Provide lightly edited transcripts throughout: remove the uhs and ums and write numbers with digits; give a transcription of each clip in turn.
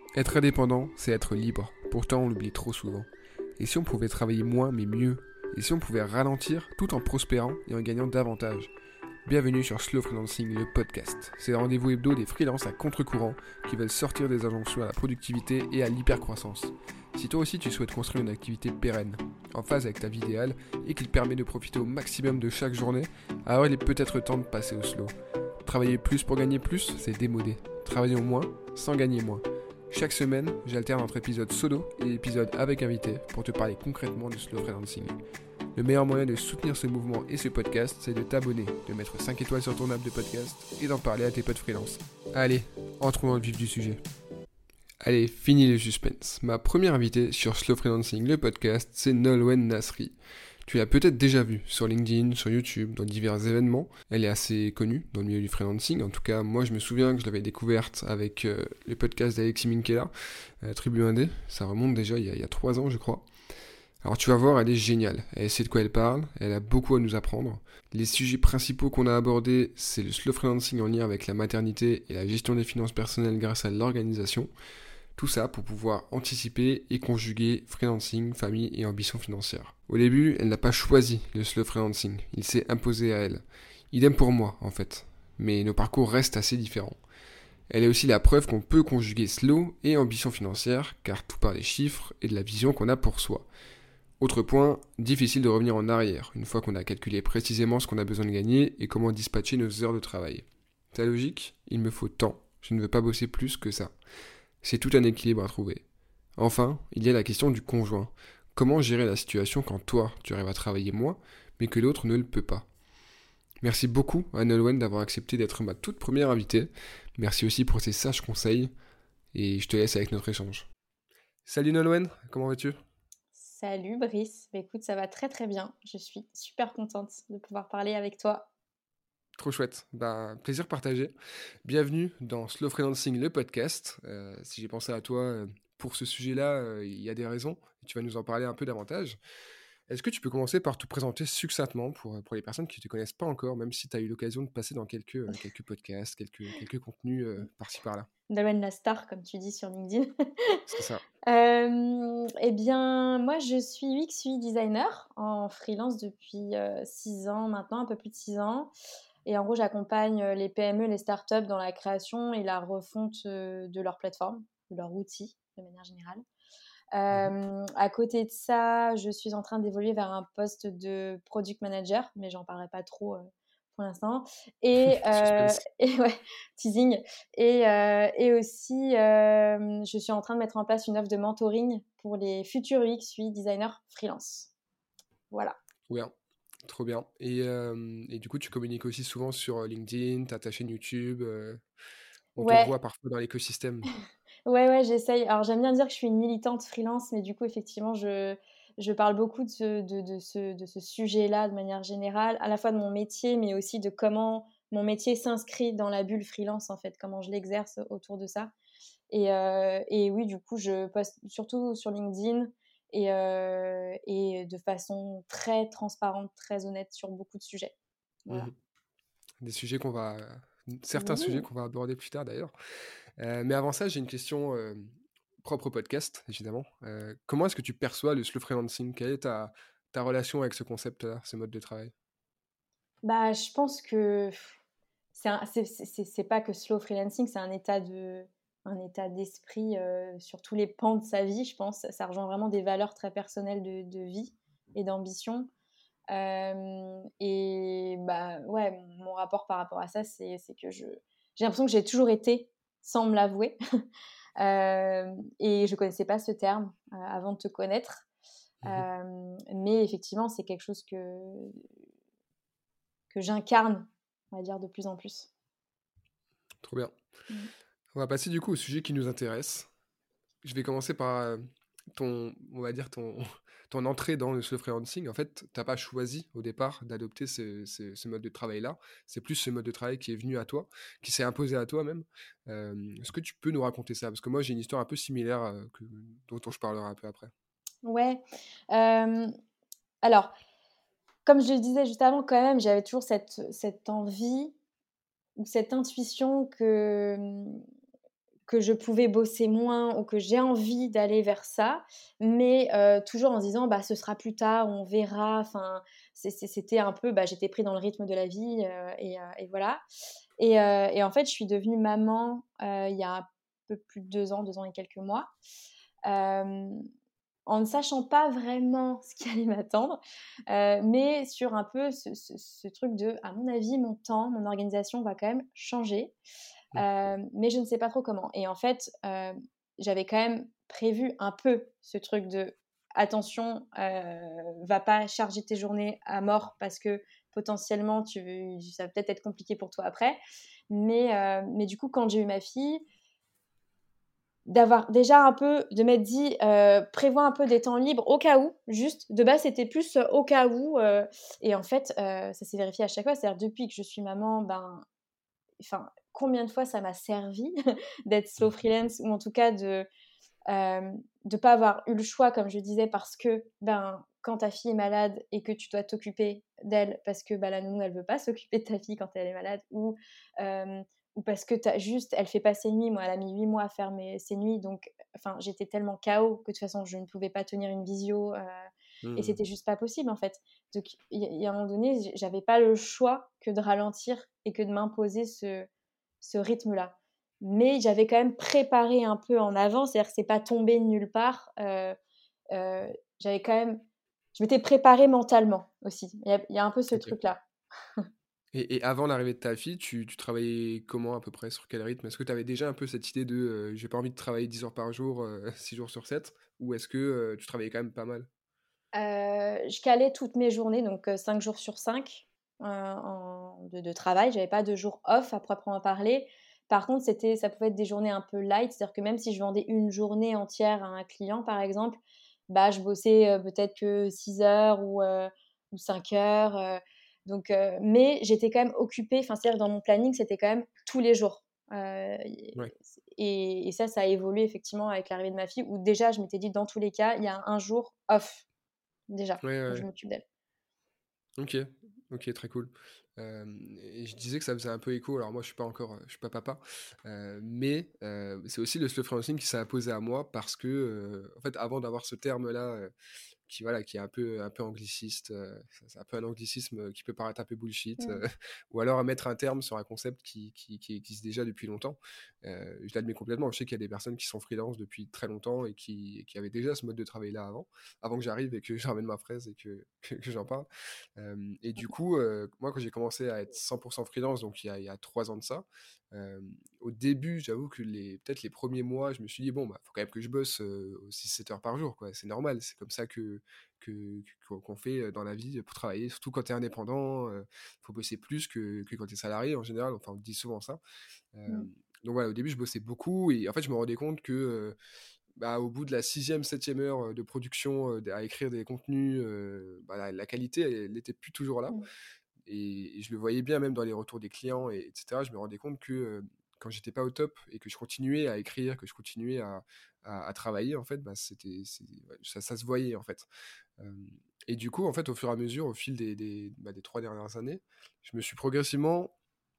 Être indépendant, c'est être libre. Pourtant, on l'oublie trop souvent. Et si on pouvait travailler moins mais mieux? Et si on pouvait ralentir tout en prospérant et en gagnant davantage? Bienvenue sur Slow Freelancing, le podcast. C'est le rendez-vous hebdo des freelances à contre-courant qui veulent sortir des injonctions à la productivité et à l'hypercroissance. Si toi aussi tu souhaites construire une activité pérenne, en phase avec ta vie idéale et qui te permet de profiter au maximum de chaque journée, alors il est peut-être temps de passer au slow. Travailler plus pour gagner plus, c'est démodé. Travaillons moins sans gagner moins. Chaque semaine, j'alterne entre épisodes solo et épisodes avec invité pour te parler concrètement du slow freelancing. Le meilleur moyen de soutenir ce mouvement et ce podcast, c'est de t'abonner, de mettre 5 étoiles sur ton app de podcast et d'en parler à tes potes freelance. Allez, entrons dans le vif du sujet. Allez, fini le suspense. Ma première invitée sur Slow Freelancing, le podcast, c'est Nolwenn Nasri. Tu l'as peut-être déjà vue sur LinkedIn, sur YouTube, dans divers événements. Elle est assez connue dans le milieu du freelancing. En tout cas, moi, je me souviens que je l'avais découverte avec le podcast d'Alexis Minkela, Tribu Indé. Ça remonte déjà il y a 3 ans, je crois. Alors tu vas voir, elle est géniale. Elle sait de quoi elle parle. Elle a beaucoup à nous apprendre. Les sujets principaux qu'on a abordés, c'est le slow freelancing en lien avec la maternité et la gestion des finances personnelles grâce à l'organisation. Tout ça pour pouvoir anticiper et conjuguer freelancing, famille et ambition financière. Au début, elle n'a pas choisi le slow freelancing, il s'est imposé à elle. Idem pour moi, en fait. Mais nos parcours restent assez différents. Elle est aussi la preuve qu'on peut conjuguer slow et ambition financière, car tout part des chiffres et de la vision qu'on a pour soi. Autre point, difficile de revenir en arrière, une fois qu'on a calculé précisément ce qu'on a besoin de gagner et comment dispatcher nos heures de travail. Ta logique, il me faut tant, je ne veux pas bosser plus que ça. C'est tout un équilibre à trouver. Enfin, il y a la question du conjoint. Comment gérer la situation quand toi, tu arrives à travailler moins, mais que l'autre ne le peut pas? Merci beaucoup à Nolwenn d'avoir accepté d'être ma toute première invitée. Merci aussi pour tes sages conseils, et je te laisse avec notre échange. Salut Nolwenn, comment vas-tu? Salut Brice, bah, écoute, ça va très très bien. Je suis super contente de pouvoir parler avec toi. Trop chouette, bah, plaisir partagé. Bienvenue dans Slow Freelancing, le podcast. Si j'ai pensé à toi pour ce sujet-là, il y a des raisons, et tu vas nous en parler un peu davantage. Est-ce que tu peux commencer par te présenter succinctement pour les personnes qui ne te connaissent pas encore, même si tu as eu l'occasion de passer dans quelques podcasts, quelques contenus par-ci par-là? Nolwenn la star, comme tu dis sur LinkedIn. C'est ça. Eh bien, moi, je suis UX/UI designer en freelance depuis 6 ans maintenant, un peu plus de 6 ans. Et en gros, j'accompagne les PME, les startups dans la création et la refonte de leur plateforme, de leur outil de manière générale. Mhm. À côté de ça, je suis en train d'évoluer vers un poste de product manager, mais j'en parlerai pas trop pour l'instant. Et, Suspense. et ouais, teasing. Et aussi, je suis en train de mettre en place une offre de mentoring pour les futurs UX/UI designers freelance. Voilà. Ouais, trop bien. Et du coup, tu communiques aussi souvent sur LinkedIn, tu as ta chaîne YouTube, on te Ouais, voit parfois dans l'écosystème. ouais, j'essaye. Alors, j'aime bien dire que je suis une militante freelance, mais du coup, effectivement, je parle beaucoup de ce sujet-là de manière générale, à la fois de mon métier, mais aussi de comment mon métier s'inscrit dans la bulle freelance, en fait, comment je l'exerce autour de ça. Et oui, du coup, je poste surtout sur LinkedIn et de façon très transparente, très honnête sur beaucoup de sujets. Voilà. Mhm. Des sujets certains sujets Oui. qu'on va aborder plus tard d'ailleurs. Mais avant ça, j'ai une question propre au podcast, évidemment. Comment est-ce que tu perçois le slow freelancing? Quelle est ta relation avec ce concept-là, ce mode de travail? Bah, je pense que c'est pas que slow freelancing, c'est un état d'esprit, sur tous les pans de sa vie, je pense. Ça rejoint vraiment des valeurs très personnelles de vie et d'ambition. Et bah, ouais, mon rapport par rapport à ça, c'est que j'ai l'impression que j'ai toujours été, sans me l'avouer. Et je connaissais pas ce terme, avant de te connaître. Mhm. Mais effectivement, c'est quelque chose que j'incarne, on va dire, de plus en plus. Trop bien. Mmh. On va passer du coup au sujet qui nous intéresse. Je vais commencer par on va dire ton entrée dans le slow freelancing. En fait, t'as pas choisi au départ d'adopter ce mode de travail-là. C'est plus ce mode de travail qui est venu à toi, qui s'est imposé à toi même. Est-ce que tu peux nous raconter ça? Parce que moi, j'ai une histoire un peu similaire dont je parlerai un peu après. Ouais, hem, alors, comme je le disais juste avant, quand même, j'avais toujours cette envie ou cette intuition que je pouvais bosser moins ou que j'ai envie d'aller vers ça, mais toujours en se disant: «Bah, ce sera plus tard, on verra». Enfin, c'était un peu, bah, j'étais pris dans le rythme de la vie, et voilà. Et en fait, je suis devenue maman, il y a un peu plus de 2 ans et quelques mois, hem, en ne sachant pas vraiment ce qui allait m'attendre, mais sur un peu ce truc de: «À mon avis, mon temps, mon organisation va quand même changer». Mmh. Mais je ne sais pas trop comment. Et en fait, j'avais quand même prévu un peu ce truc de: «Attention, va pas charger tes journées à mort parce que potentiellement ça va peut-être être compliqué pour toi après». Mais du coup, quand j'ai eu ma fille, d'avoir déjà un peu de m'être dit, «Prévois un peu des temps libres au cas où», juste. De base, c'était plus, au cas où, et en fait, ça s'est vérifié à chaque fois. C'est-à-dire depuis que je suis maman, ben, enfin, combien de fois ça m'a servi d'être slow Mmh. freelance, ou en tout cas de pas avoir eu le choix, comme je disais, parce que, ben, quand ta fille est malade et que tu dois t'occuper d'elle parce que, bah, la nounou, elle veut pas s'occuper de ta fille quand elle est malade, hem, ou parce que tu juste elle fait pas ses nuits. Moi, elle a mis 8 mois à faire ses nuits, donc enfin, j'étais tellement KO que de toute façon, je ne pouvais pas tenir une visio, et Mmh. c'était juste pas possible, en fait. Donc il y a un moment donné, j'avais pas le choix que de ralentir et que de m'imposer ce rythme-là. Mais j'avais quand même préparé un peu en avance, c'est-à-dire que c'est pas tombé de nulle part. J'avais quand même je m'étais préparée mentalement aussi. Il y a un peu ce OK. truc-là. Et avant l'arrivée de ta fille, tu travaillais comment à peu près? Sur quel rythme? Est-ce que tu avais déjà un peu cette idée de, «J'ai pas envie de travailler 10 heures par jour, 6 jours sur 7», ou est-ce que, tu travaillais quand même pas mal? Je calais toutes mes journées, donc 5 jours sur 5, de travail. J'avais pas de jours off à proprement parler. Par contre, ça pouvait être des journées un peu light, c'est-à-dire que même si je vendais une journée entière à un client, par exemple, bah, je bossais, peut-être que 6 heures ou 5 heures, mais j'étais quand même occupée. Enfin, c'est-à-dire que dans mon planning, c'était quand même tous les jours. Ouais. Et ça a évolué effectivement avec l'arrivée de ma fille, où déjà je m'étais dit: «Dans tous les cas, il y a un jour off». Déjà, Ouais, ouais, où je ouais. m'occupe d'elle. OK. OK, très cool. Et je disais que ça faisait un peu écho, alors moi je suis pas papa, mais c'est aussi le slow freelancing qui s'est imposé à moi parce que, en fait, avant d'avoir ce terme-là, qui voilà, qui est un peu angliciste, c'est un peu un anglicisme, qui peut paraître un peu bullshit, Mmh. ou alors à mettre un terme sur un concept qui existe déjà depuis longtemps. Je l'admets complètement. Je sais qu'il y a des personnes qui sont freelance depuis très longtemps et qui avaient déjà ce mode de travail-là avant que j'arrive et que je ramène ma fraise et que j'en parle. Et du coup, moi, quand j'ai commencé à être 100% freelance, donc il y a 3 ans de ça, au début, j'avoue que peut-être les premiers mois, je me suis dit: «Bon, bah, faut quand même que je bosse, 6-7 heures par jour, quoi. C'est normal, c'est comme ça qu'on fait dans la vie pour travailler, surtout quand tu es indépendant, faut bosser plus que quand tu es salarié en général», enfin, on te dit souvent ça. Mmh. Donc voilà, au début, je bossais beaucoup et en fait, je me rendais compte que, bah, au bout de la 6e, 7e heure, de production, à écrire des contenus, bah, la qualité, elle était plus toujours là. Mmh. Et je le voyais bien même dans les retours des clients, etc. Je me rendais compte que, quand j'étais pas au top et que je continuais à écrire, que je continuais à travailler, en fait, bah, ouais, ça se voyait, en fait. Et du coup, en fait, au fur et à mesure, au fil des 3 dernières années, je me suis progressivement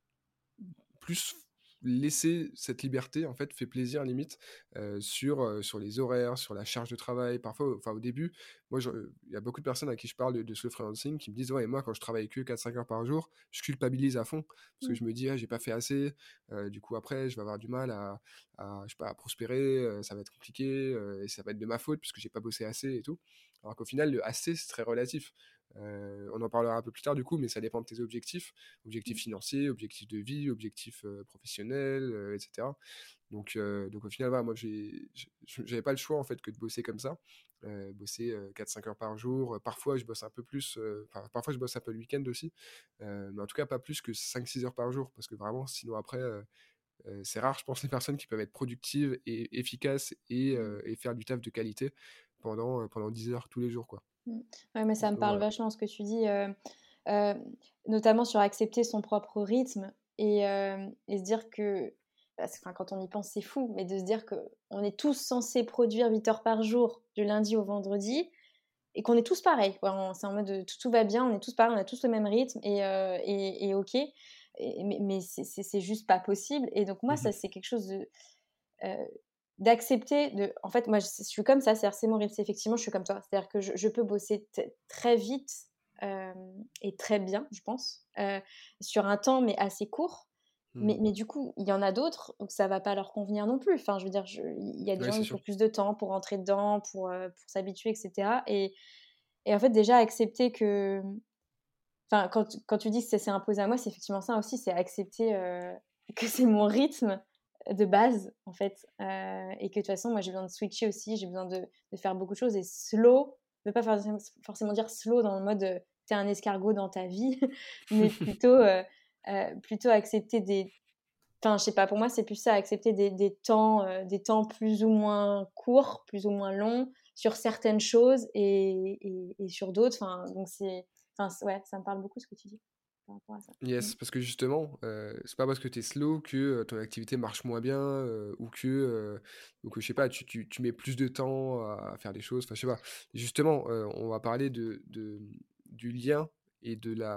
plus laisser cette liberté, en fait, fait plaisir limite, sur les horaires, sur la charge de travail. Parfois, enfin, au début, moi, il y a beaucoup de personnes à qui je parle de ce freelancing qui me disent: «Ouais, moi, quand je travaille que 4-5 heures par jour, je culpabilise à fond parce que Mmh. je me dis: "Ah, j'ai pas fait assez, du coup, après, je vais avoir du mal je sais pas, à prospérer, ça va être compliqué, et ça va être de ma faute puisque j'ai pas bossé assez et tout"». Alors qu'au final, le assez, c'est très relatif. On en parlera un peu plus tard du coup, mais ça dépend de tes objectifs. Objectifs Mmh. financiers, objectifs de vie, objectifs professionnels, etc. Donc au final, voilà, moi, j'avais pas le choix en fait que de bosser comme ça. Bosser 4-5 heures par jour. Parfois, je bosse un peu plus. Enfin, parfois, je bosse un peu le week-end aussi. Mais en tout cas, pas plus que 5-6 heures par jour. Parce que vraiment, sinon, après, c'est rare, je pense, les personnes qui peuvent être productives et efficaces Mmh. et faire du taf de qualité pendant 10 heures tous les jours, quoi. Mmh. Ouais, mais ça me Donc parle voilà. vachement ce que tu dis, heu, notamment sur accepter son propre rythme, et se dire que, parce que, enfin, quand on y pense, c'est fou, mais de se dire qu'on est tous censés produire 8 heures par jour du lundi au vendredi, et qu'on est tous pareils, quoi. C'est en mode, tout va bien, on est tous pareils, on a tous le même rythme, et OK, mais c'est juste pas possible. Et donc moi, ça, Mhm. c'est quelque chose de d'accepter de en fait, moi, je suis comme ça, c'est-à-dire c'est mon rythme, c'est effectivement, je suis comme toi. C'est-à-dire que je peux bosser très vite, et très bien, je pense, sur un temps, mais assez court. Mais Mmh. mais du coup, il y en a d'autres où ça va pas leur convenir non plus. Enfin, je veux dire, il y a des Ouais, gens, c'est il faut sûr. plus de temps pour rentrer dedans, pour s'habituer et cetera et en fait, déjà accepter que enfin, quand tu dis que c'est imposé à moi, c'est effectivement ça aussi, c'est accepter, que c'est mon rythme de base, en fait, et que de toute façon, moi, j'ai besoin de switcher aussi, j'ai besoin de faire beaucoup de choses et slow ne veut pas forcément dire slow dans le mode, tu es un escargot dans ta vie, mais plutôt accepter des enfin, je sais pas, pour moi, c'est plus ça, accepter des temps plus ou moins courts, plus ou moins longs sur certaines choses et sur d'autres, enfin, donc ouais, ça me parle beaucoup ce que tu dis par rapport à ça. Mmh. Yes, parce que justement, c'est pas parce que tu es slow que, ton activité marche moins bien, ou que je sais pas, tu mets plus de temps à faire des choses, enfin je sais pas. Justement, on va parler du lien et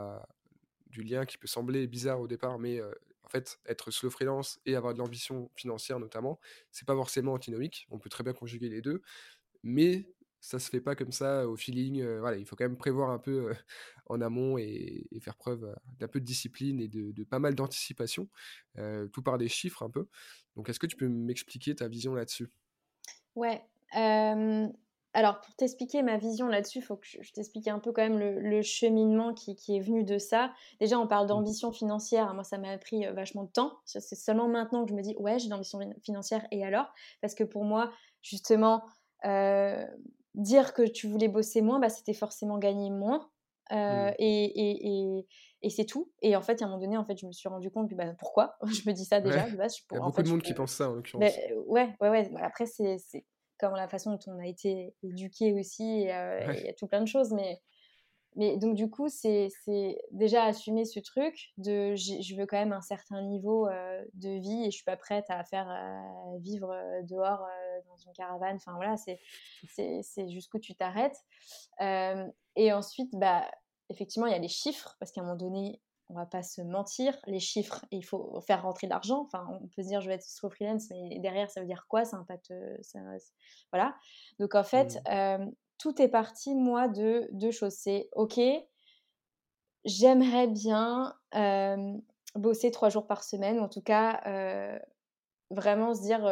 du lien qui peut sembler bizarre au départ, mais, en fait, être slow freelance et avoir de l'ambition financière notamment, c'est pas forcément antinomique. On peut très bien conjuguer les 2. Mais ça se fait pas comme ça au feeling, voilà, il faut quand même prévoir un peu, en amont et faire preuve, d'un peu de discipline et de pas mal d'anticipation, tout par des chiffres un peu. Donc est-ce que tu peux m'expliquer ta vision là-dessus? Ouais, hem, alors pour t'expliquer ma vision là-dessus, il faut que je t'explique un peu quand même le cheminement qui est venu de ça. Déjà, on parle Mmh. d'ambition financière. Moi, ça m'a pris, vachement de temps. C'est seulement maintenant que je me dis: «Ouais, j'ai de l'ambition financière et alors?» Parce que pour moi, justement, heu, dire que tu voulais bosser moins, bah, c'était forcément gagner moins, Mmh. et c'est tout et en fait, à un moment donné, en fait, je me suis rendu compte que, bah, pourquoi? Je me dis ça Ouais, déjà de base, il y a en beaucoup fait, de je monde qui peux pense ça en beh, l'occurrence. ouais, ouais, ouais, bah, après c'est comme la façon dont on a été éduqués aussi et il y Ouais. a tout plein de choses mais donc du coup, c'est déjà assumer ce truc de je veux quand même un certain niveau, de vie et je suis pas prête à faire, vivre, dehors, dans une caravane. Enfin voilà, c'est jusqu'où tu t'arrêtes. Et ensuite, bah, effectivement, il y a les chiffres parce qu'à un moment donné, on va pas se mentir, les chiffres, il faut faire rentrer de l'argent. Enfin, on peut se dire: «Je vais être slow freelance», mais derrière, ça veut dire quoi? Ça impacte, ça voilà. Donc en fait, Mmh. tout est parti, moi, de 2 choses. C'est OK, j'aimerais bien, bosser 3 jours par semaine ou en tout cas, vraiment se dire,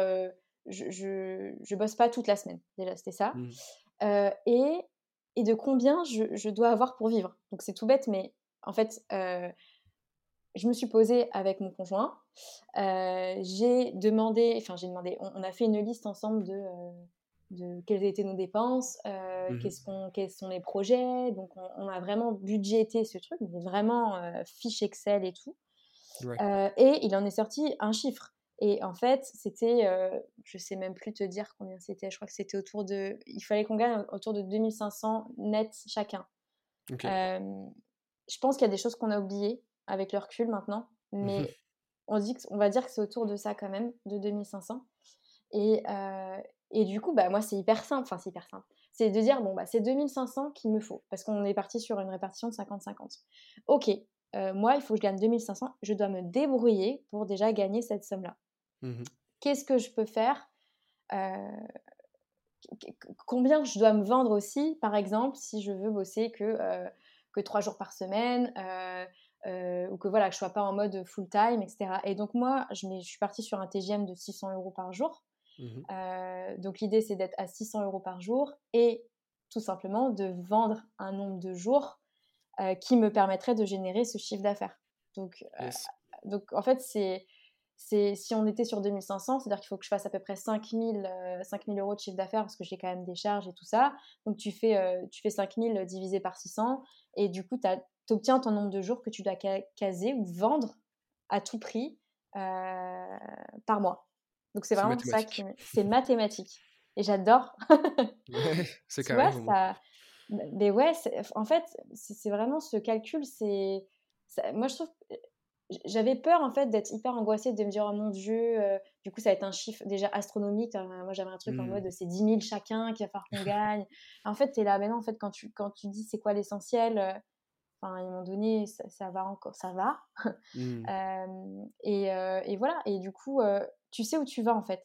je bosse pas toute la semaine. Déjà, c'était ça. Mmh. Heu et et de combien je dois avoir pour vivre. Donc c'est tout bête, mais en fait, je me suis posée avec mon conjoint, j'ai demandé, on a fait une liste ensemble de quelles étaient nos dépenses, Mmh. quels sont les projets. Donc on a vraiment budgété ce truc, mais vraiment, fiche Excel et tout. Ouais. Et il en est sorti un chiffre et en fait, c'était, je sais même plus te dire combien c'était, je crois que c'était il fallait qu'on gagne autour de 2 500 net chacun. OK. Hem, je pense qu'il y a des choses qu'on a oubliées avec le recul maintenant, Mmh. mais on va dire que c'est autour de ça quand même, de 2 500 et du coup, bah, moi, c'est hyper simple, enfin, c'est hyper simple. C'est de dire: «Bon, bah, c'est 2 500 qu'il me faut», parce qu'on est parti sur une répartition de 50-50. OK, moi, il faut que je gagne 2 500, je dois me débrouiller pour déjà gagner cette somme-là. Mmh. Qu'est-ce que je peux faire? Heu, Combien je dois me vendre aussi, par exemple, si je veux bosser que 3 jours par semaine, ou que voilà, que je sois pas en mode full time et cetera et donc moi, je suis partie sur un TGM de 600 € par jour. Mmh. Donc l'idée, c'est d'être à 600 € par jour et tout simplement de vendre un nombre de jours, qui me permettrait de générer ce chiffre d'affaires. Donc, Yes. en fait, c'est si on était sur 2 500, c'est-à-dire qu'il faut que je fasse à peu près 5 000 € de chiffre d'affaires parce que j'ai quand même des charges et tout ça. Donc tu fais 5 000 divisé par 600 et du coup, tu obtiens ton nombre de jours que tu dois caser ou vendre à tout prix, par mois. Donc c'est C'est vraiment ça mathématique. c'est mathématique et j'adore. Ouais, c'est Tu carré vois? vraiment. Ça mais ouais, en fait, c'est vraiment ce calcul, moi je trouve j'avais peur en fait d'être hyper angoissée, de me dire: «Oh mon Dieu, du coup ça va être un chiffre déjà astronomique». Moi j'avais un truc en Mmh. mode c'est 10 000 chacun qu'il va falloir qu'on gagne. En fait, tu es là, mais non, en fait quand tu dis: «C'est quoi l'essentiel?» enfin à un moment donné ça va encore ça va. Mmh. Et voilà et du coup, tu sais où tu vas en fait.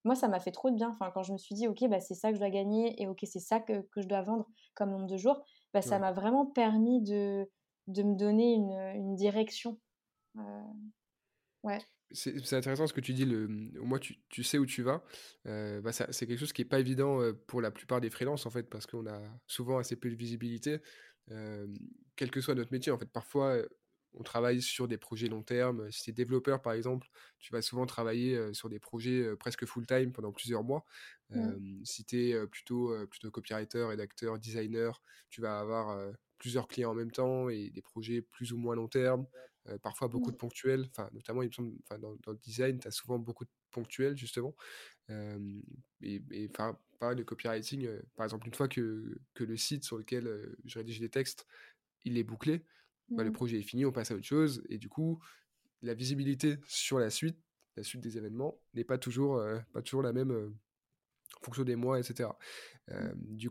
moi, ça m'a fait trop de bien. Enfin, quand je me suis dit: «OK, bah, c'est ça que je dois gagner et OK, c'est ça que je dois vendre comme nombre de jours», bah, ça Ouais. m'a vraiment permis de me donner une direction. Heu, ouais. C'est intéressant ce que tu dis, au moins tu sais où tu vas. Bah, ça c'est quelque chose qui est pas évident, pour la plupart des freelances, en fait, parce qu'on a souvent assez peu de visibilité, hem, quel que soit notre métier, en fait. Parfois, on travaille sur des projets long terme. Si tu es développeur, par exemple, tu vas souvent travailler, sur des projets, presque full time pendant plusieurs mois. Mmh. Si tu es, plutôt copywriter, rédacteur, designer, tu vas avoir, plusieurs clients en même temps et des projets plus ou moins long terme. Parfois beaucoup de Mmh. ponctuels, enfin, notamment il me semble, enfin, dans le design, tu as souvent beaucoup de ponctuels justement. Hem et enfin, pareil le copywriting, par exemple, une fois que le site sur lequel, je rédige des textes, il est bouclé, bah, le Mmh. projet est fini, on passe à autre chose et du coup, la visibilité sur la suite des événements n'est pas toujours la même, en fonction des mois et cetera. Mmh.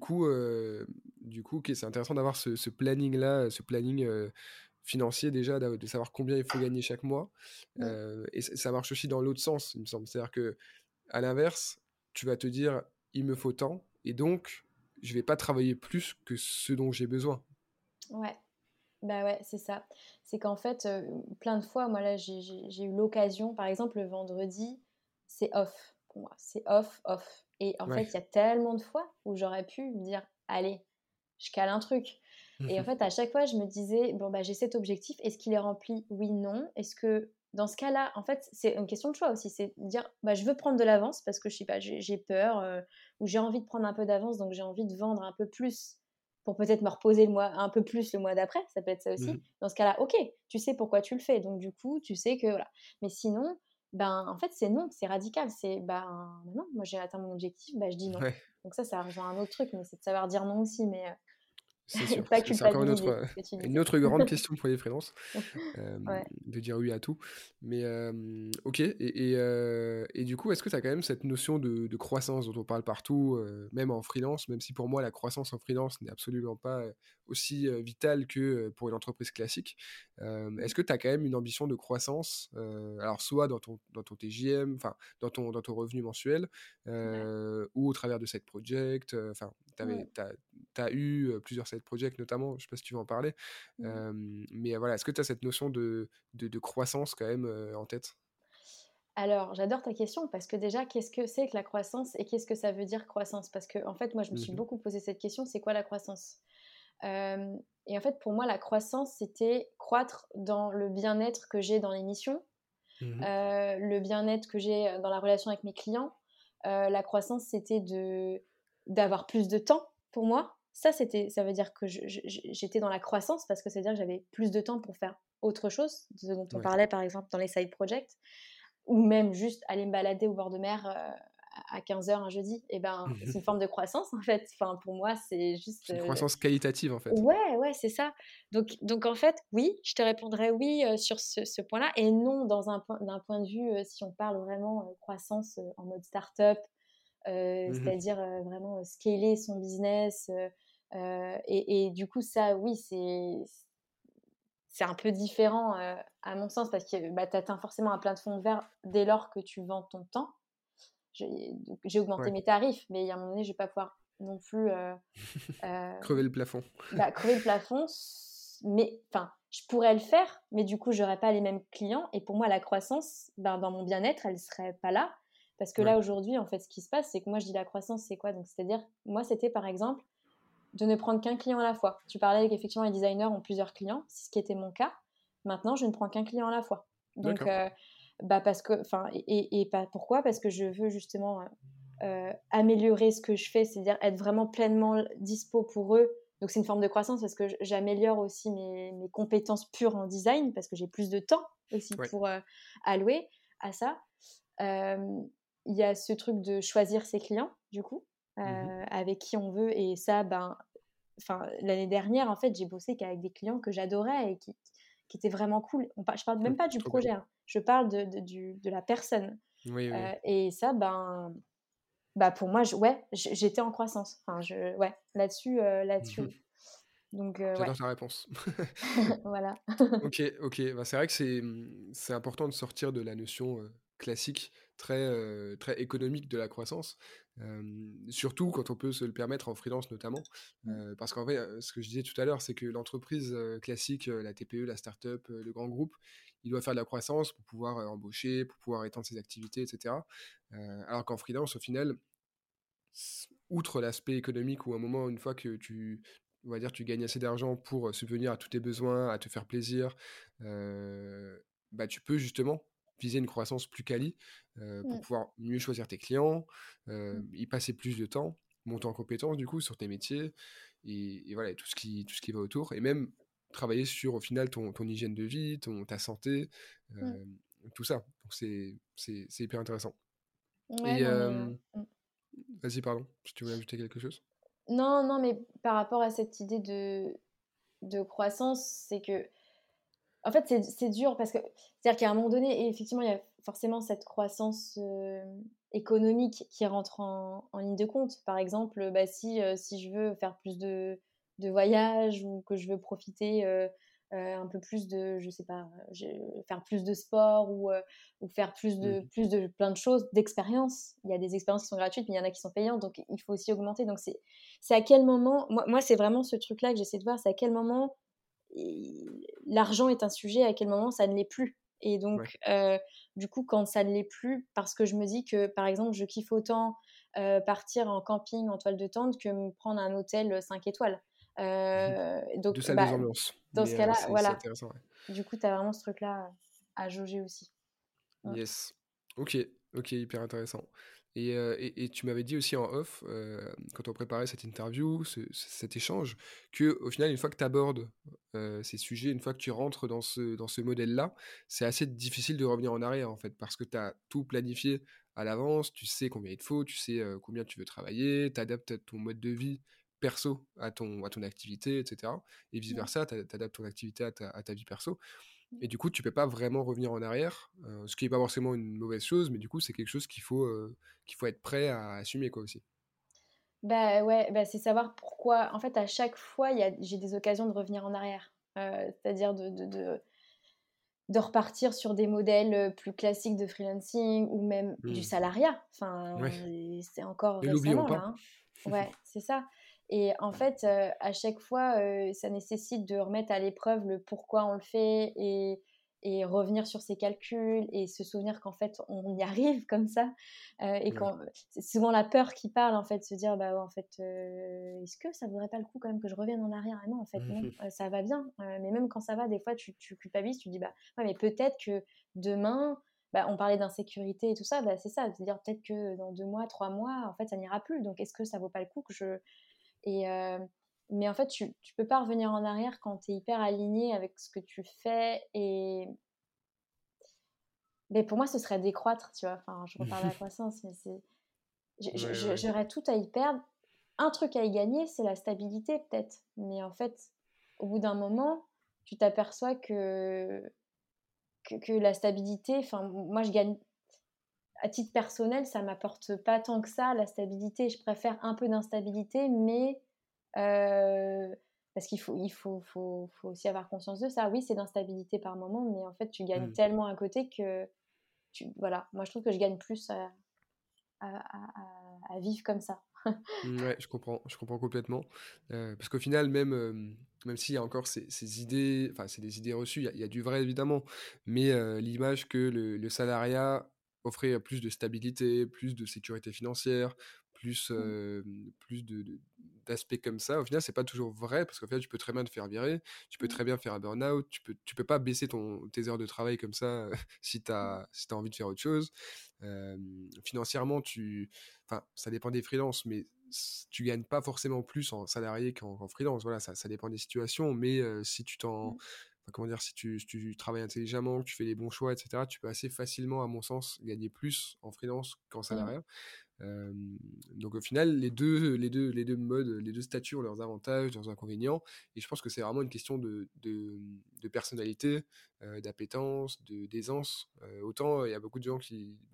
OK, c'est intéressant d'avoir ce planning-là, ce planning, financier déjà, de savoir combien il faut gagner chaque mois, Mmh. et ça marche aussi dans l'autre sens, il me semble. C'est-à-dire qu'à l'inverse, tu vas te dire: «Il me faut tant et donc je vais pas travailler plus que ce dont j'ai besoin». Ouais. Bah, ouais, c'est ça. C'est qu'en fait, plein de fois, moi, là, j'ai eu l'occasion, par exemple, le vendredi, c'est off pour moi. C'est off, off et en fait, Ouais. il y a tellement de fois où j'aurais pu me dire: «Allez, je cale un truc» et en fait, à chaque fois, je me disais: «Bon, bah, j'ai cet objectif, est-ce qu'il est rempli? Oui, non. Est-ce que dans ce cas-là» en fait, c'est une question de choix aussi, c'est de dire: «Bah, je veux prendre de l'avance parce que je sais pas, j'ai peur, ou j'ai envie de prendre un peu d'avance, donc j'ai envie de vendre un peu plus pour peut-être me reposer le mois un peu plus le mois d'après», ça peut être ça Mmh aussi. mh. Dans ce cas-là, OK, tu sais pourquoi tu le fais, donc du coup, tu sais que voilà. Mais sinon, ben, en fait, c'est non, c'est radical. C'est, ben, non, moi j'ai atteint mon objectif, bah, je dis non. Ouais. Donc ça rejoint un autre truc, mais c'est de savoir dire non aussi, mais C'est sûr, pas c'est encore culpabiliser, c'est ce que tu une disais. autre grande question pour les freelances, Ouais. de dire oui à tout. Mais, OK et du coup, est-ce que tu as quand même cette notion de croissance dont on parle partout, même en freelance, même si pour moi la croissance en freelance n'est absolument pas, aussi, vitale que, pour une entreprise classique. Mmh. Est-ce que tu as quand même une ambition de croissance, alors soit dans ton TJM, enfin dans ton revenu mensuel, Ouais. ou au travers de side project, enfin tu Mmh. as eu, plusieurs side projects notamment, je sais pas si tu veux en parler? Mmh. Mais voilà, est-ce que tu as cette notion de croissance quand même, en tête? Alors, j'adore ta question parce que déjà, qu'est-ce que c'est que la croissance et qu'est-ce que ça veut dire croissance? Parce que en fait, moi, je me Mmh suis mh. beaucoup posé cette question, c'est quoi la croissance? Et en fait, pour moi, la croissance, c'était croître dans le bien-être que j'ai dans les missions, Mmh. le bien-être que j'ai, dans la relation avec mes clients. La croissance, c'était d'avoir plus de temps pour moi. Ça veut dire que j'étais dans la croissance parce que ça veut dire que j'avais plus de temps pour faire autre chose, de ce dont on Ouais. parlait, par exemple, dans les side projects ou même juste aller me balader au bord de mer, à 15 heures un jeudi et ben, c'est une forme de croissance, en fait. Enfin, pour moi, c'est juste, C'est une croissance qualitative, en fait. ouais, ouais, c'est ça. Donc en fait, oui, je te répondrais oui, sur ce point-là et non d'un point de vue, si on parle vraiment, croissance, en mode start-up, Mmh mh. c'est-à-dire, vraiment, scaler son business, et du coup ça, oui, c'est un peu différent, à mon sens parce que, bah, tu atteins forcément un plafond de verre dès lors que tu vends ton temps. J'ai augmenté Ouais. mes tarifs, mais il y a un moment donné, je vais pas pouvoir non plus, heu Crever le plafond. bah, crever le plafond, mais enfin, je pourrais le faire, mais du coup, j'aurais pas les mêmes clients et pour moi, la croissance, ben, dans mon bien-être, elle serait pas là. Parce que Ouais. là, aujourd'hui, en fait, ce qui se passe, c'est que moi, je dis la croissance, c'est quoi? Donc, c'est-à-dire, moi, c'était par exemple de ne prendre qu'un client à la fois. Tu parlais avec effectivement les designers ont plusieurs clients, c'est ce qui était mon cas. Maintenant, je ne prends qu'un client à la fois. Donc, D'accord. bah, parce que, enfin, et pas pourquoi? Parce que je veux justement améliorer ce que je fais, c'est-à-dire être vraiment pleinement dispo pour eux. Donc, c'est une forme de croissance parce que j'améliore aussi mes compétences pures en design parce que j'ai plus de temps aussi Ouais. pour allouer à ça. Euh, Il y a ce truc de choisir ses clients, du coup, Mmh mh. avec qui on veut. Et ça, ben, enfin, l'année dernière, en fait, j'ai bossé qu'avec des clients que j'adorais et qui étaient vraiment cool. Je parle même pas du Trop bien. projet, hein. Je parle de la personne. Oui, oui. Et ça, ben, bah, pour moi, ouais, j'étais en croissance. Enfin, ouais, là-dessus, oui. Donc, ouais, J'adore ta réponse. voilà. OK, OK. Bah, c'est vrai que c'est important de sortir de la notion, classique, très économique de la croissance. Surtout quand on peut se le permettre en freelance notamment. Mmh. Parce qu'en vrai, ce que je disais tout à l'heure, c'est que l'entreprise classique, la TPE, la start-up, le grand groupe, il doit faire de la croissance pour pouvoir embaucher, pour pouvoir étendre ses activités, etc. Alors qu'en freelance, au final, outre l'aspect économique où à un moment, une fois que on va dire, tu gagnes assez d'argent pour subvenir à tous tes besoins, à te faire plaisir, bah, tu peux justement viser une croissance plus quali pour Mmh. pouvoir mieux choisir tes clients, Mmh. y passer plus de temps, monter en compétences du coup sur tes métiers et voilà, et tout ce qui va autour. Et même travailler sur au final ton hygiène de vie, ta santé, Mmh. tout ça. Donc c'est hyper intéressant. Ouais, Et non, mais mmh. vas-y, pardon, si tu voulais ajouter quelque chose. Non, non, mais par rapport à cette idée de croissance, c'est que en fait, c'est dur parce que c'est-à-dire qu'à un moment donné et effectivement, il y a forcément cette croissance, économique qui rentre en ligne de compte. Par exemple, bah, si je veux faire plus de voyages ou que je veux profiter, un peu plus de je sais pas, je faire plus de sport ou faire Mmh. plus de plein de choses, d'expériences. Il y a des expériences qui sont gratuites, mais il y en a qui sont payantes, donc il faut aussi augmenter. Donc c'est à quel moment moi, c'est vraiment ce truc-là que j'essaie de voir, c'est à quel moment l'argent est un sujet, à quel moment ça ne l'est plus. Et Ouais. donc, du coup, quand ça ne l'est plus, parce que je me dis que, par exemple, je kiffe autant partir en camping en toile de tente que me prendre un hôtel 5 étoiles. Deux Donc, salles, bah, deux ambiances, dans mais ce cas-là, c'est voilà, intéressant, ouais. du coup, tu as vraiment ce truc-là à jauger aussi. Mmh. Yes. OK, OK, hyper intéressant. Et tu m'avais dit aussi en off, quand on préparait cette interview, cet échange, que au final, une fois que tu abordes, ces sujets, une fois que tu rentres dans ce modèle-là, c'est assez difficile de revenir en arrière, en fait, parce que tu as tout planifié à l'avance, tu sais combien il te faut, tu sais, combien tu veux travailler, tu adaptes ton mode de vie perso à ton activité, et cetera, et vice Mmh. versa, tu adaptes ton activité à ta vie perso. Et du coup, tu peux pas vraiment revenir en arrière, ce qui est pas forcément une mauvaise chose, mais du coup, c'est quelque chose qu'il faut être prêt à assumer, quoi, aussi. Bah, ouais, bah, c'est savoir pourquoi en fait, à chaque fois, j'ai des occasions de revenir en arrière. C'est-à-dire de repartir sur des modèles, plus classiques de freelancing ou même du Mmh. salariat. Enfin, Ouais, c'est encore ne l'oublions récemment là, pas. hein. Ouais, c'est ça et en fait, à chaque fois, ça nécessite de remettre à l'épreuve le pourquoi on le fait et revenir sur ses calculs et se souvenir qu'en fait, on y arrive comme ça, et Ouais. quand c'est souvent la peur qui parle, en fait, se dire: «Bah, ouais, en fait, est-ce que ça vaudrait pas le coup quand même que je revienne en arrière?» «Ah non, en fait, non, ça va bien», mais même quand ça va, des fois, tu culpabilises, tu dis: «Bah, ouais, mais peut-être que demain, bah, on parlait d'insécurité et tout ça, bah, c'est ça, de se dire peut-être que dans 2 mois, 3 mois, en fait, ça n'ira plus. Donc est-ce que ça vaut pas le coup que je et mais en fait, tu peux pas revenir en arrière quand tu es hyper aligné avec ce que tu fais et mais pour moi, ce serait décroître, tu vois? Enfin, je reparle à la croissance, mais c'est Ouais, ouais. j'aurais tout à y perdre. Un truc à y gagner, c'est la stabilité peut-être, mais en fait, au bout d'un moment, tu t'aperçois que la stabilité enfin, moi, je gagne à titre personnel, ça m'apporte pas tant que ça, la stabilité. Je préfère un peu d'instabilité, mais parce qu'il faut aussi avoir conscience de ça. Oui, c'est l'instabilité par moment, mais en fait, tu gagnes Mmh. tellement à côté que voilà, moi, je trouve que je gagne plus à vivre comme ça. Ouais, je comprends complètement, parce qu'au final, même s'il y a encore ces idées, enfin, c'est des idées reçues, il y a du vrai évidemment, mais l'image que le salariat offrait plus de stabilité, plus de sécurité financière, Mmh, plus d'aspects comme ça, au final, c'est pas toujours vrai parce qu'au final, tu peux très bien te faire virer, tu peux mmh, très bien faire un burn-out, tu peux pas baisser tes heures de travail comme ça, si tu mmh, as envie de faire autre chose. Financièrement, enfin, ça dépend des freelances, mais tu gagnes pas forcément plus en salarié qu'en freelance. Voilà, ça dépend des situations, mais si mmh, enfin, comment dire, si tu travailles intelligemment, que tu fais les bons choix, etc., tu peux assez facilement, à mon sens, gagner plus en freelance qu'en mmh, salariat. Donc au final, les deux modes, les deux statuts ont leurs avantages, leurs inconvénients, et je pense que c'est vraiment une question de personnalité, d'appétence, d'aisance. Autant il y a beaucoup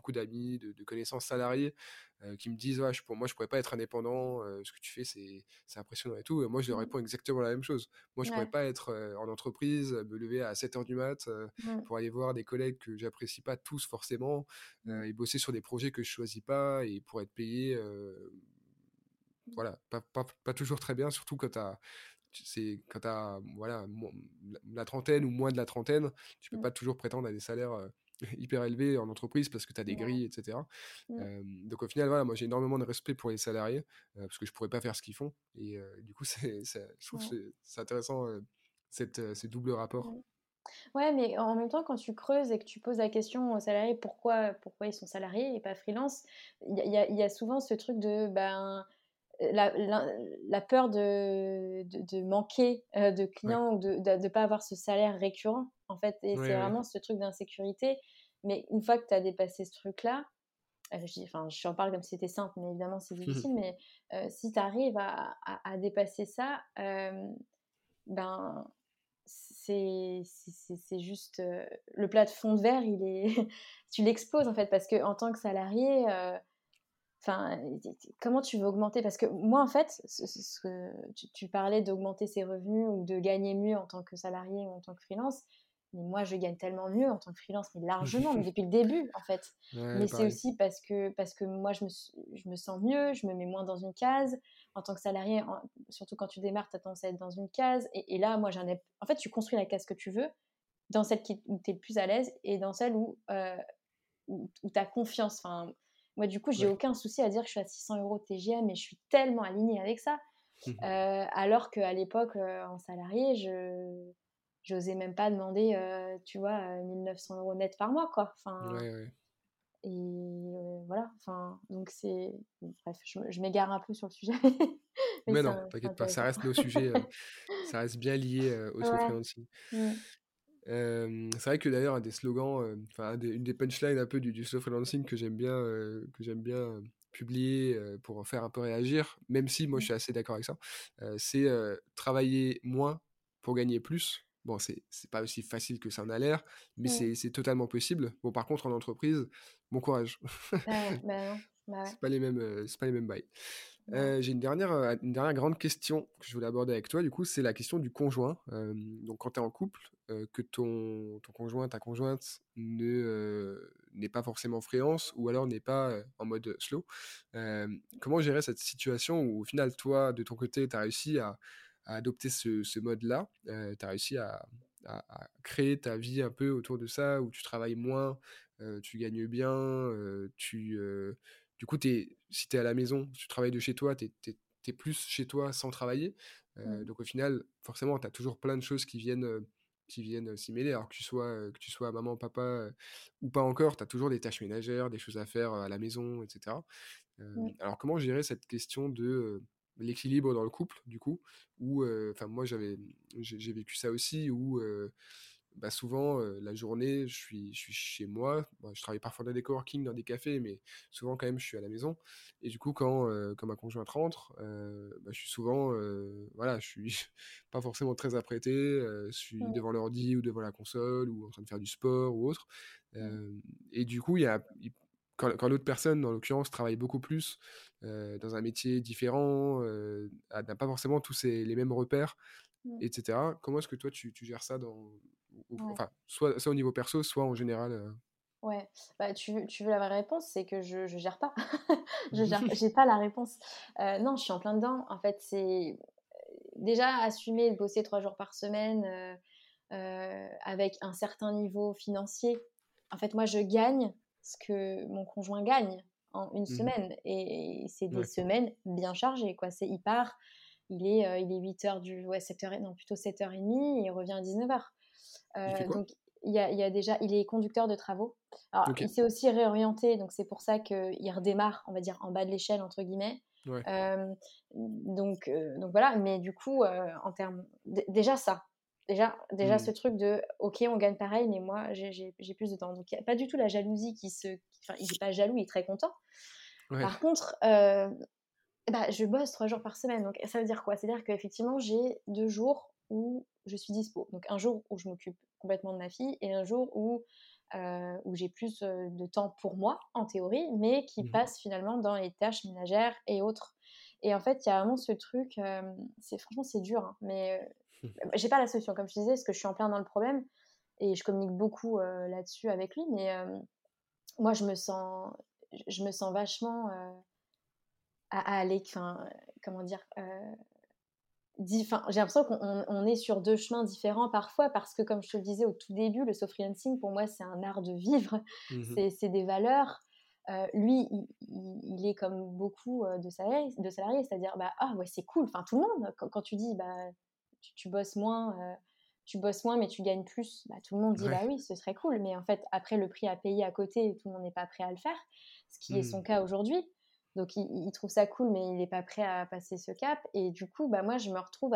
beaucoup d'amis, de connaissances salariés qui me disent ouais, pour moi, je pourrais pas être indépendant, ce que tu fais, c'est impressionnant et tout. Et moi, je leur Mmh. réponds exactement la même chose. Moi, je pourrais Ouais. pas être en entreprise, me lever à 7 heures du mat Mmh. pour aller voir des collègues que j'apprécie pas tous forcément Mmh. et bosser sur des projets que je choisis pas et pour être payé. Voilà, pas toujours très bien, surtout quand t'as voilà, la trentaine ou moins de la trentaine, tu peux Mmh. pas toujours prétendre à des salaires hyper élevés en entreprise parce que tu as des Ouais. grilles, etc. Mmh. Donc au final, voilà, moi j'ai énormément de respect pour les salariés parce que je pourrais pas faire ce qu'ils font. Et du coup, je trouve que Ouais. c'est intéressant ces doubles rapports. Mmh. Ouais, mais en même temps, quand tu creuses et que tu poses la question aux salariés, pourquoi ils sont salariés et pas freelance, il y a souvent ce truc de, ben, la peur de manquer, de Ouais, clients ou de pas avoir ce salaire récurrent, en fait, et ouais, c'est ouais. vraiment ce truc d'insécurité. Mais une fois que tu as dépassé ce truc-là, je t'en parle comme si c'était simple, mais évidemment c'est difficile, mais si tu arrives à dépasser ça, ben, c'est juste, le plat de fond de verre, il est tu l'exploses, en fait, parce qu'en tant que salarié, enfin, comment tu veux augmenter? Parce que moi, en fait, ce que tu parlais d'augmenter ses revenus ou de gagner mieux en tant que salarié ou en tant que freelance, mais moi, je gagne tellement mieux en tant que freelance, mais largement, mais depuis le début, en fait. Ouais, Mais c'est pareil. aussi parce que moi, je me sens mieux, je me mets moins dans une case. En tant que salarié, surtout quand tu démarres, tu as tendance à être dans une case. Et là, moi, en fait, tu construis la case que tu veux, dans celle où tu es le plus à l'aise et dans celle où tu as confiance. Enfin, moi, du coup, j'ai Ouais. aucun souci à dire que je suis à 600 euros de TGM et je suis tellement alignée avec ça. Alors qu'à l'époque, en salarié, je j'osais même pas demander, tu vois, 1 900 € net par mois, quoi. Ouais, Enfin, ouais. et voilà. Enfin, donc c'est bon, bref, je m'égare un peu sur le sujet, mais Mais non, c'est t'inquiète pas, ça intéressant. reste nos sujets, ça reste bien lié au slow Ouais. freelancing. Mmh. C'est vrai que d'ailleurs un des slogans, enfin une des punchlines un peu du slow freelancing que j'aime bien publier pour faire un peu réagir, même si moi je Mmh. suis assez d'accord avec ça, c'est travailler moins pour gagner plus. Bon, c'est pas aussi facile que ça en a l'air, mais Mmh. c'est totalement possible. Bon, par contre, en entreprise, bon courage. Ouais, bah, non. Bah, ouais. C'est pas les mêmes bails. Non. J'ai une dernière grande question que je voulais aborder avec toi, du coup, c'est la question du conjoint. Donc quand tu es en couple, que ton conjoint, ta conjointe n'est pas forcément freelance ou alors n'est pas, en mode slow, comment gérer cette situation où au final, toi, de ton côté, tu as réussi à adopter ce mode-là? Tu as réussi à créer ta vie un peu autour de ça, où tu travailles moins, tu gagnes bien, du coup, si tu es à la maison, tu travailles de chez toi, tu es plus chez toi sans travailler. Mmh. Donc au final, forcément, tu as toujours plein de choses qui viennent s'y mêler. Alors que tu sois maman, papa ou pas encore, tu as toujours des tâches ménagères, des choses à faire à la maison, etc. Mmh. Alors comment gérer cette question de l'équilibre dans le couple, du coup, où, enfin moi j'ai vécu ça aussi, où bah, souvent, la journée, je suis chez moi. Bon, je travaille parfois dans des coworking, dans des cafés, mais souvent quand même, je suis à la maison. Et du coup, quand ma conjointe rentre, bah, je suis souvent, voilà, je suis pas forcément très apprêté. Je suis Mmh. devant l'ordi ou devant la console ou en train de faire du sport ou autre. Mmh. Et du coup, quand l'autre personne, en l'occurrence, travaille beaucoup plus dans un métier différent, n'a pas forcément les mêmes repères, Mmh. etc. Comment est-ce que toi, tu gères ça Ouais. enfin, soit au niveau perso, soit en général Ouais, bah, tu veux la vraie réponse? C'est que je gère pas. J'ai pas la réponse. Non, je suis en plein dedans. En fait, c'est déjà assumer de bosser 3 jours par semaine, avec un certain niveau financier. En fait, moi, je gagne ce que mon conjoint gagne en une Mmh. semaine, et c'est des Ouais. semaines bien chargées, quoi. Il part, il est 8 heures, ouais, 7 heures, non, plutôt 7 heures et demie, et il revient à 19 heures. Il fait quoi? Donc il y a déjà, il est conducteur de travaux. Alors OK. il s'est aussi réorienté, donc c'est pour ça qu'il redémarre, on va dire, «en bas de l'échelle» entre guillemets. Ouais. Donc voilà, mais du coup, en termes déjà ça, déjà Mmh. ce truc de: «OK, on gagne pareil, mais moi j'ai plus de temps». Donc il y a pas du tout la jalousie enfin, il est pas jaloux, il est très content. Ouais. Par contre, bah, je bosse 3 jours par semaine, donc ça veut dire quoi? C'est-à-dire qu'effectivement, j'ai 2 jours où je suis dispo. Donc un jour où je m'occupe complètement de ma fille et un jour où, où j'ai plus de temps pour moi, en théorie, mais qui Mmh. passe finalement dans les tâches ménagères et autres. Et en fait, il y a vraiment ce truc, franchement, c'est dur, hein, mais j'ai pas la solution, comme je disais, parce que je suis en plein dans le problème et je communique beaucoup là-dessus avec lui. Mais moi, je me sens vachement à aller, enfin, comment dire, j'ai l'impression qu'on est sur deux chemins différents parfois, parce que, comme je te le disais au tout début, le soft freelancing, pour moi, c'est un art de vivre, Mmh. c'est des valeurs. Lui, il est comme beaucoup de salariés, c'est-à-dire, bah, ah ouais, c'est cool. Enfin, tout le monde, quand tu dis, bah, tu bosses moins, mais tu gagnes plus, bah, tout le monde dit, Ouais. bah oui, ce serait cool. Mais en fait, après, le prix à payer à côté, tout le monde n'est pas prêt à le faire, ce qui est Mmh. son cas aujourd'hui. Donc il trouve ça cool, mais il n'est pas prêt à passer ce cap. Et du coup, bah, moi, je me retrouve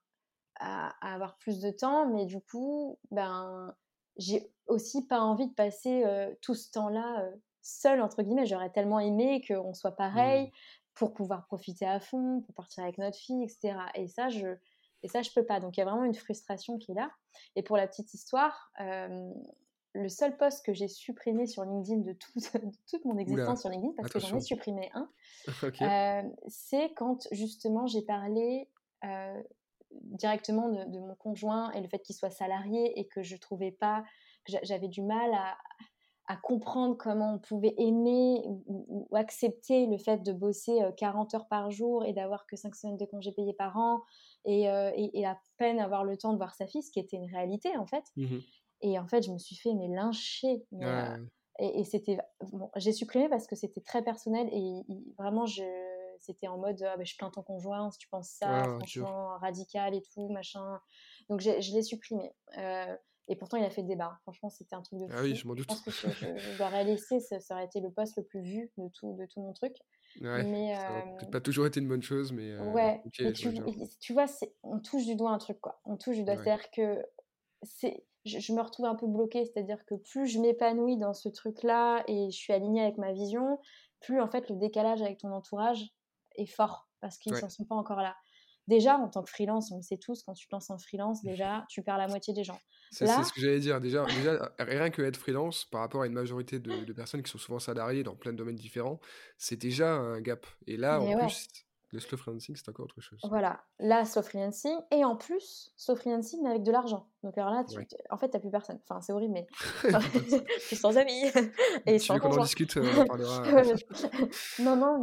à avoir plus de temps, mais du coup, ben, j'ai aussi pas envie de passer tout ce temps-là seule, entre guillemets. J'aurais tellement aimé qu'on soit Mmh. pareil pour pouvoir profiter à fond, pour partir avec notre fille, etc. Et ça, je peux pas. Donc il y a vraiment une frustration qui est là. Et pour la petite histoire, le seul post que j'ai supprimé sur LinkedIn de toute mon Ouh là, existence sur LinkedIn, parce que j'en ai attention. supprimé un, OK. c'est quand justement j'ai parlé directement de mon conjoint et le fait qu'il soit salarié, et que je trouvais pas, j'avais du mal à comprendre comment on pouvait aimer ou accepter le fait de bosser 40 heures par jour et d'avoir que 5 semaines de congés payés par an, et à peine avoir le temps de voir sa fille, ce qui était une réalité en fait. Mmh. Et en fait, je me suis fait mais lyncher, mais Ah ouais. et c'était bon, j'ai supprimé parce que c'était très personnel, et vraiment c'était en mode ah bah, je plains ton conjoint si tu penses ça, Ah dur. franchement radical et tout machin. Donc je l'ai supprimé. Et pourtant il a fait le débat, hein. Franchement, c'était un truc de Ah oui, fou. je m'en Je pense doute. que je l'aurais laissé, ça aurait été le post le plus vu de tout mon truc. Ouais, Mais ça aurait peut-être pas toujours été une bonne chose, mais ouais, OK, mais je vois le genre. tu vois, on touche du doigt un truc, quoi. On touche du doigt. Ouais. C'est-à-dire que je me retrouve un peu bloquée, c'est-à-dire que plus je m'épanouis dans ce truc-là et je suis alignée avec ma vision, plus en fait le décalage avec ton entourage est fort, parce qu'ils Ouais. n'en sont pas encore là. Déjà, en tant que freelance, on le sait tous, quand tu te lances en freelance, déjà, tu perds la moitié des gens. C'est Là, ce que j'allais dire. Déjà, rien que être freelance par rapport à une majorité de personnes qui sont souvent salariées dans plein de domaines différents, c'est déjà un gap et là, en mais ouais. plus, le slow freelancing, c'est encore autre chose. Voilà, là, slow freelancing, et en plus, slow freelancing, mais avec de l'argent. Donc alors là, Ouais. en fait, tu plus personne. Enfin, c'est horrible, mais Il y a enfin, plus personne. tu es sans amis et Tu sans veux qu'on en conjoint. discute? On en parlera. Non, non,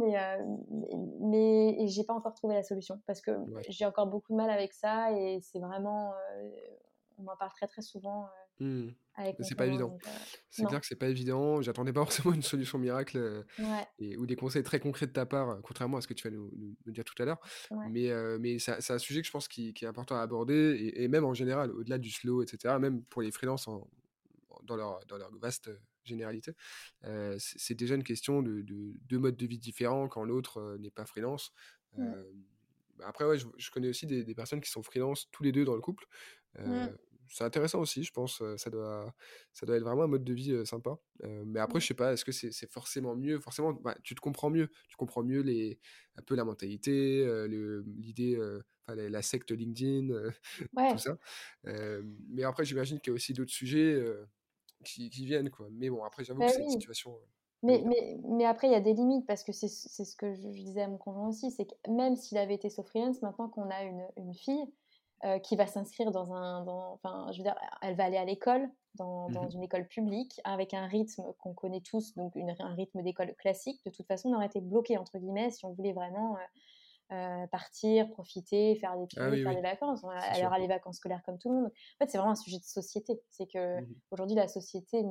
et j'ai pas encore trouvé la solution, parce que Ouais. j'ai encore beaucoup de mal avec ça, et c'est vraiment, on en parle très, très souvent, Mmh. avec mon C'est pas conjoint, évident. donc C'est non. clair que c'est pas évident. J'attendais pas forcément une solution miracle, Ouais, et ou des conseils très concrets de ta part, contrairement à ce que tu vas nous dire tout à l'heure. ouais. Mais c'est un sujet que je pense qui est important à aborder et même en général, au-delà du slow et cetera, même pour les freelances dans leur vaste, généralité. C'est déjà une question de 2 modes de vie différents quand l'autre, n'est pas freelance. Mmh. Hem, Après ouais, je connais aussi des personnes qui sont freelance tous les 2 dans le couple. Mmh. C'est intéressant aussi, je pense, ça doit être vraiment un mode de vie, sympa. Mais après, Mmh. je sais pas, est-ce que c'est forcément mieux? Forcément, bah, tu comprends mieux un peu la mentalité, l'idée, enfin la secte LinkedIn, tout Ouais. ça. Mais après, j'imagine qu'il y a aussi d'autres sujets, qui viennent, quoi. Mais bon, après, j'avoue que Bah c'est une oui. situation, pas Mais évidente. mais mais après, il y a des limites, parce que c'est ce que je disais à mon conjoint aussi, c'est que même s'il avait été sauf freelance, maintenant qu'on a une fille, qui va s'inscrire enfin, je veux dire, elle va aller à l'école, dans Mmh. une école publique, avec un rythme qu'on connaît tous, donc un rythme d'école classique. De toute façon, on aurait été bloqué entre guillemets, si on voulait vraiment, partir, profiter, faire des Ah pique-niques, oui, faire oui, des vacances. c'est Elle sûr. aura les vacances scolaires comme tout le monde. En fait, c'est vraiment un sujet de société. C'est Mmh. qu'aujourd'hui, la société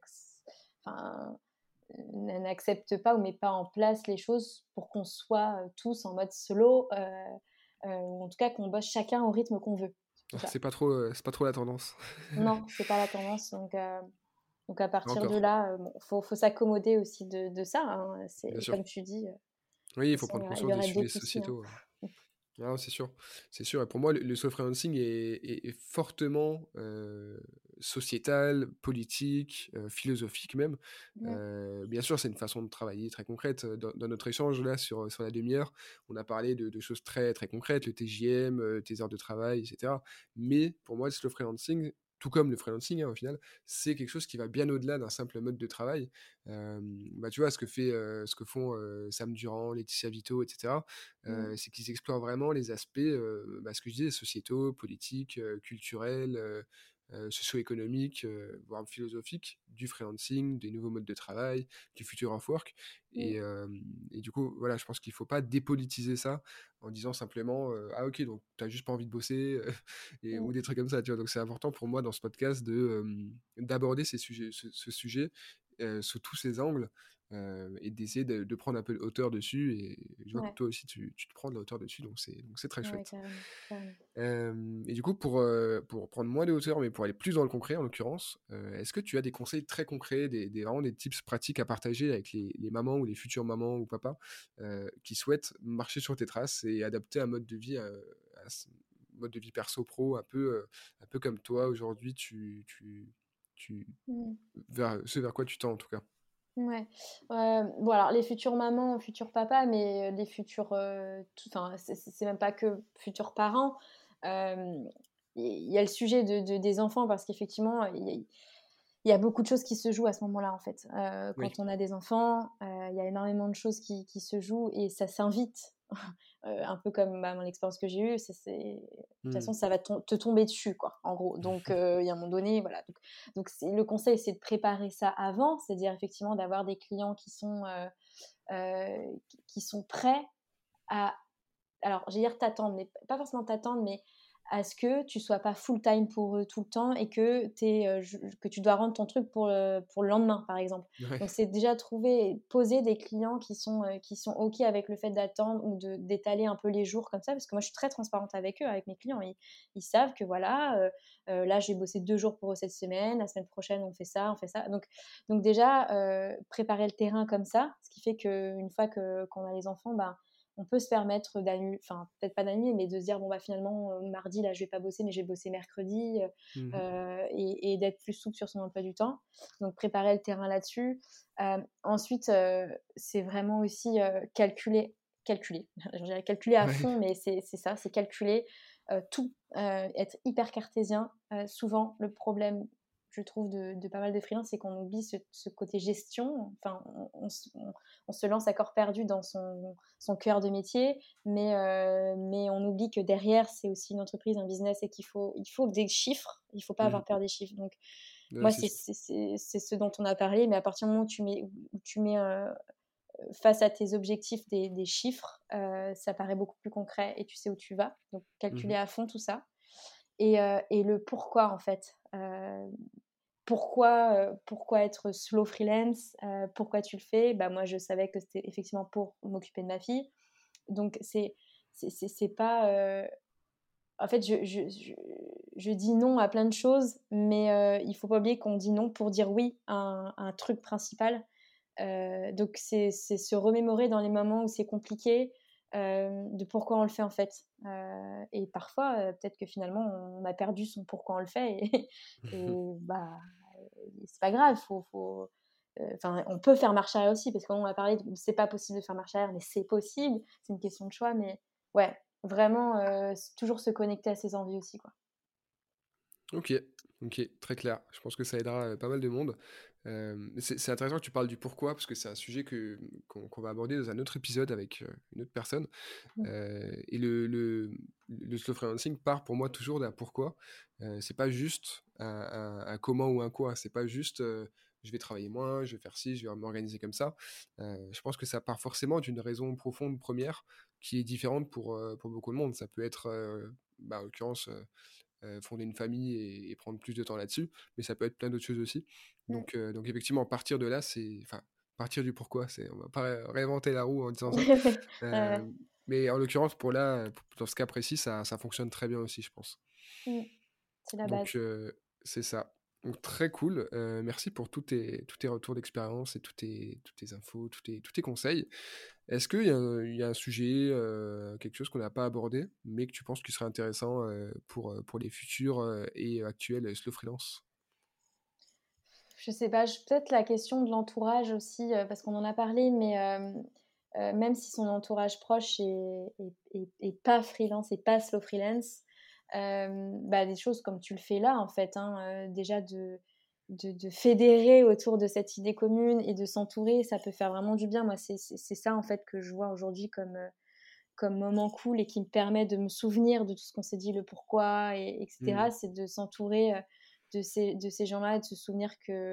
enfin, n'accepte pas ou met pas en place les choses pour qu'on soit tous en mode solo, ou en tout cas qu'on bosse chacun au rythme qu'on veut. C'est tout ça. C'est pas trop la tendance. Non, c'est pas la tendance. Donc à Pas partir de encore, là, bon, faut s'accommoder aussi de ça, hein. bien C'est sûr. comme tu dis, de Oui, il toute faut façon, prendre il y conscience des aurait sujets d'autres soucis, hein. sociétaux, ouais. Ah, c'est sûr, c'est sûr et pour moi, le soft freelancing est fortement, sociétal, politique, philosophique même. Mmh. Bien sûr, c'est une façon de travailler très concrète. Dans notre échange là sur la demi-heure, on a parlé de choses très, très concrètes, le TJM, tes heures de travail et cetera. Mais pour moi, le slow freelancing, tout comme le freelancing, au final, c'est quelque chose qui va bien au-delà d'un simple mode de travail. Tu vois, ce que font Sam Durand, Laetitia Vito, etc., Mmh. c'est qu'ils explorent vraiment les aspects, ce que je disais, sociétaux, politiques, culturels, socio-économiques, voire philosophiques, du freelancing, des nouveaux modes de travail, du future of work. Mmh. Et du coup, voilà, je pense qu'il ne faut pas dépolitiser ça en disant simplement ah ok, donc tu n'as juste pas envie de bosser Mmh. ou des trucs comme ça, tu vois. Donc c'est important pour moi dans ce podcast d'aborder ce sujet sous tous ses angles et d'essayer de prendre un peu de hauteur dessus. Et je vois que Ouais, toi aussi, tu te prends de la hauteur dessus, donc c'est très ouais, chouette. carrément, carrément. Et du coup, pour prendre moins de hauteur, mais pour aller plus dans le concret, en l'occurrence, est-ce que tu as des conseils très concrets, vraiment des tips pratiques à partager avec les mamans ou les futures mamans ou papas qui souhaitent marcher sur tes traces et adapter un mode de vie, mode de vie perso-pro, un peu comme toi aujourd'hui, Mmh. ce vers quoi tu tends en tout cas. Ouais. Bon alors les futures mamans, futurs papas, mais les futurs, tout enfin, c'est même pas que futurs parents. Hem, il y a le sujet des enfants parce qu'effectivement, il y a beaucoup de choses qui se jouent à ce moment-là, en fait. Oui. Quand on a des enfants, il y a énormément de choses qui se jouent et ça s'invite. Un peu comme, mon expérience que j'ai eue, de toute Hmm. façon, ça va te tomber dessus, quoi, en gros. Donc, il y a un moment donné, voilà. Donc le conseil, c'est de préparer ça avant, c'est-à-dire effectivement d'avoir des clients qui sont prêts à alors, je vais dire t'attendre, mais pas forcément t'attendre, mais à ce que tu sois pas full time pour eux tout le temps et que que tu dois rendre ton truc pour le lendemain, par exemple. Ouais. Donc c'est déjà poser des clients qui sont OK avec le fait d'attendre ou d'étaler un peu les jours comme ça, parce que moi je suis très transparente avec eux, avec mes clients. Ils savent que voilà, là j'ai bossé 2 jours pour eux cette semaine, la semaine prochaine on fait ça, on fait ça. Donc déjà, préparer le terrain comme ça, ce qui fait qu'une fois qu'on a les enfants, ben on peut se permettre d'annuler, enfin peut-être pas d'annuler, mais de se dire bon bah finalement mardi là je vais pas bosser, mais je vais bosser mercredi Mhm. et d'être plus souple sur son emploi du temps. Donc préparer le terrain là-dessus. Ensuite, c'est vraiment aussi calculer. Je dirais calculer à Ouais. fond, mais c'est ça, c'est calculer tout, être hyper cartésien. Souvent, le problème, je trouve, de pas mal de freelance, c'est qu'on oublie ce côté gestion. Enfin, on se lance à corps perdu dans son cœur de métier, mais on oublie que derrière, c'est aussi une entreprise, un business et il faut des chiffres. Il ne faut pas Mhm. avoir peur des chiffres. Donc, Ouais, moi, c'est sûr. c'est ce dont on a parlé, mais à partir du moment où tu mets face à tes objectifs des chiffres, ça paraît beaucoup plus concret et tu sais où tu vas. Donc, calculer Mhm. à fond tout ça. Et le pourquoi, en fait. Pourquoi être slow freelance? Pourquoi tu le fais? Bah, moi, je savais que c'était effectivement pour m'occuper de ma fille. Donc c'est pas, en fait, je dis non à plein de choses, mais il faut pas oublier qu'on dit non pour dire oui à un truc principal. Donc c'est se remémorer dans les moments où c'est compliqué, de pourquoi on le fait, en fait. Et parfois, peut-être que finalement on a perdu son pourquoi on le fait et bah, c'est pas grave, enfin, on peut faire marche arrière aussi parce qu'on a parlé de c'est pas possible de faire marche arrière, mais c'est possible, c'est une question de choix, mais ouais, vraiment, toujours se connecter à ses envies aussi, quoi. Ok, ok, très clair. Je pense que ça aidera pas mal de monde. C'est intéressant que tu parles du pourquoi, parce que c'est un sujet qu'on va aborder dans un autre épisode avec une autre personne. Mmh. Et le slow freelancing part pour moi toujours d'un pourquoi. C'est pas juste un comment ou un quoi. C'est pas juste je vais travailler moins, je vais faire ci, je vais m'organiser comme ça. Je pense que ça part forcément d'une raison profonde première qui est différente pour beaucoup de monde. Ça peut être, en l'occurrence, fonder une famille et prendre plus de temps là-dessus, mais ça peut être plein d'autres choses aussi. Mmh. Donc effectivement, partir de là, enfin, partir du pourquoi, on va pas réinventer la roue en disant ça. Ouais. Mais en l'occurrence, dans ce cas précis, ça fonctionne très bien aussi, je pense. Mmh. C'est la Donc, base. c'est ça. Donc, très cool. Merci pour tous tes retours d'expérience et toutes tes infos, tous tes conseils. Est-ce il y a un sujet, quelque chose qu'on n'a pas abordé, mais que tu penses qui serait intéressant pour les futurs et actuels slow freelance? Je sais pas, peut-être la question de l'entourage aussi, parce qu'on en a parlé, mais même si son entourage proche est pas freelance et pas slow freelance, des choses comme tu le fais là, en fait, hein, déjà de fédérer autour de cette idée commune et de s'entourer, ça peut faire vraiment du bien. Moi, c'est ça, en fait, que je vois aujourd'hui comme moment cool et qui me permet de me souvenir de tout ce qu'on s'est dit, le pourquoi et Mmh. etc. C'est de s'entourer, de ces gens-là et de se souvenir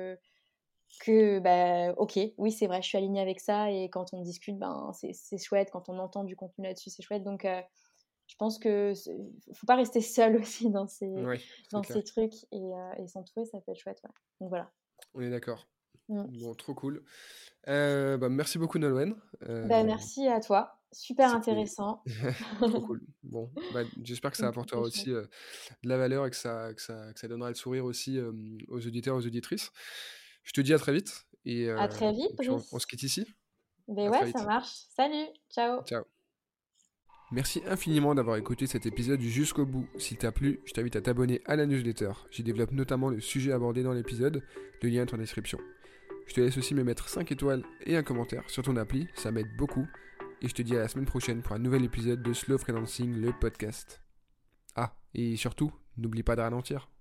OK, oui, c'est vrai, je suis alignée avec ça et quand on discute, ben, c'est chouette. Quand on entend du contenu là-dessus, c'est chouette. Donc je pense que faut pas rester seul aussi Ouais, c'est dans clair. ces trucs et s'entourer, ça peut être chouette, ouais. Donc voilà. On est d'accord. Mmh. Bon, trop cool. Merci beaucoup Nolwenn. Merci à toi. Super C'était intéressant. trop cool. Bon, j'espère que ça apportera C'était aussi, chouette. de la valeur et que ça donnera le sourire aussi, aux auditeurs, aux auditrices. Je te dis à très vite À très vite, et puis on se Brice. quitte ici. Beh À ouais, très ça vite. marche. Salut, ciao. Ciao. Merci infiniment d'avoir écouté cet épisode jusqu'au bout. S'il t'a plu, je t'invite à t'abonner à la newsletter. J'y développe notamment le sujet abordé dans l'épisode, le lien est en description. Je te laisse aussi me mettre 5 étoiles et un commentaire sur ton appli, ça m'aide beaucoup. Et je te dis à la semaine prochaine pour un nouvel épisode de Slow Freelancing, le podcast. Ah, et surtout, n'oublie pas de ralentir.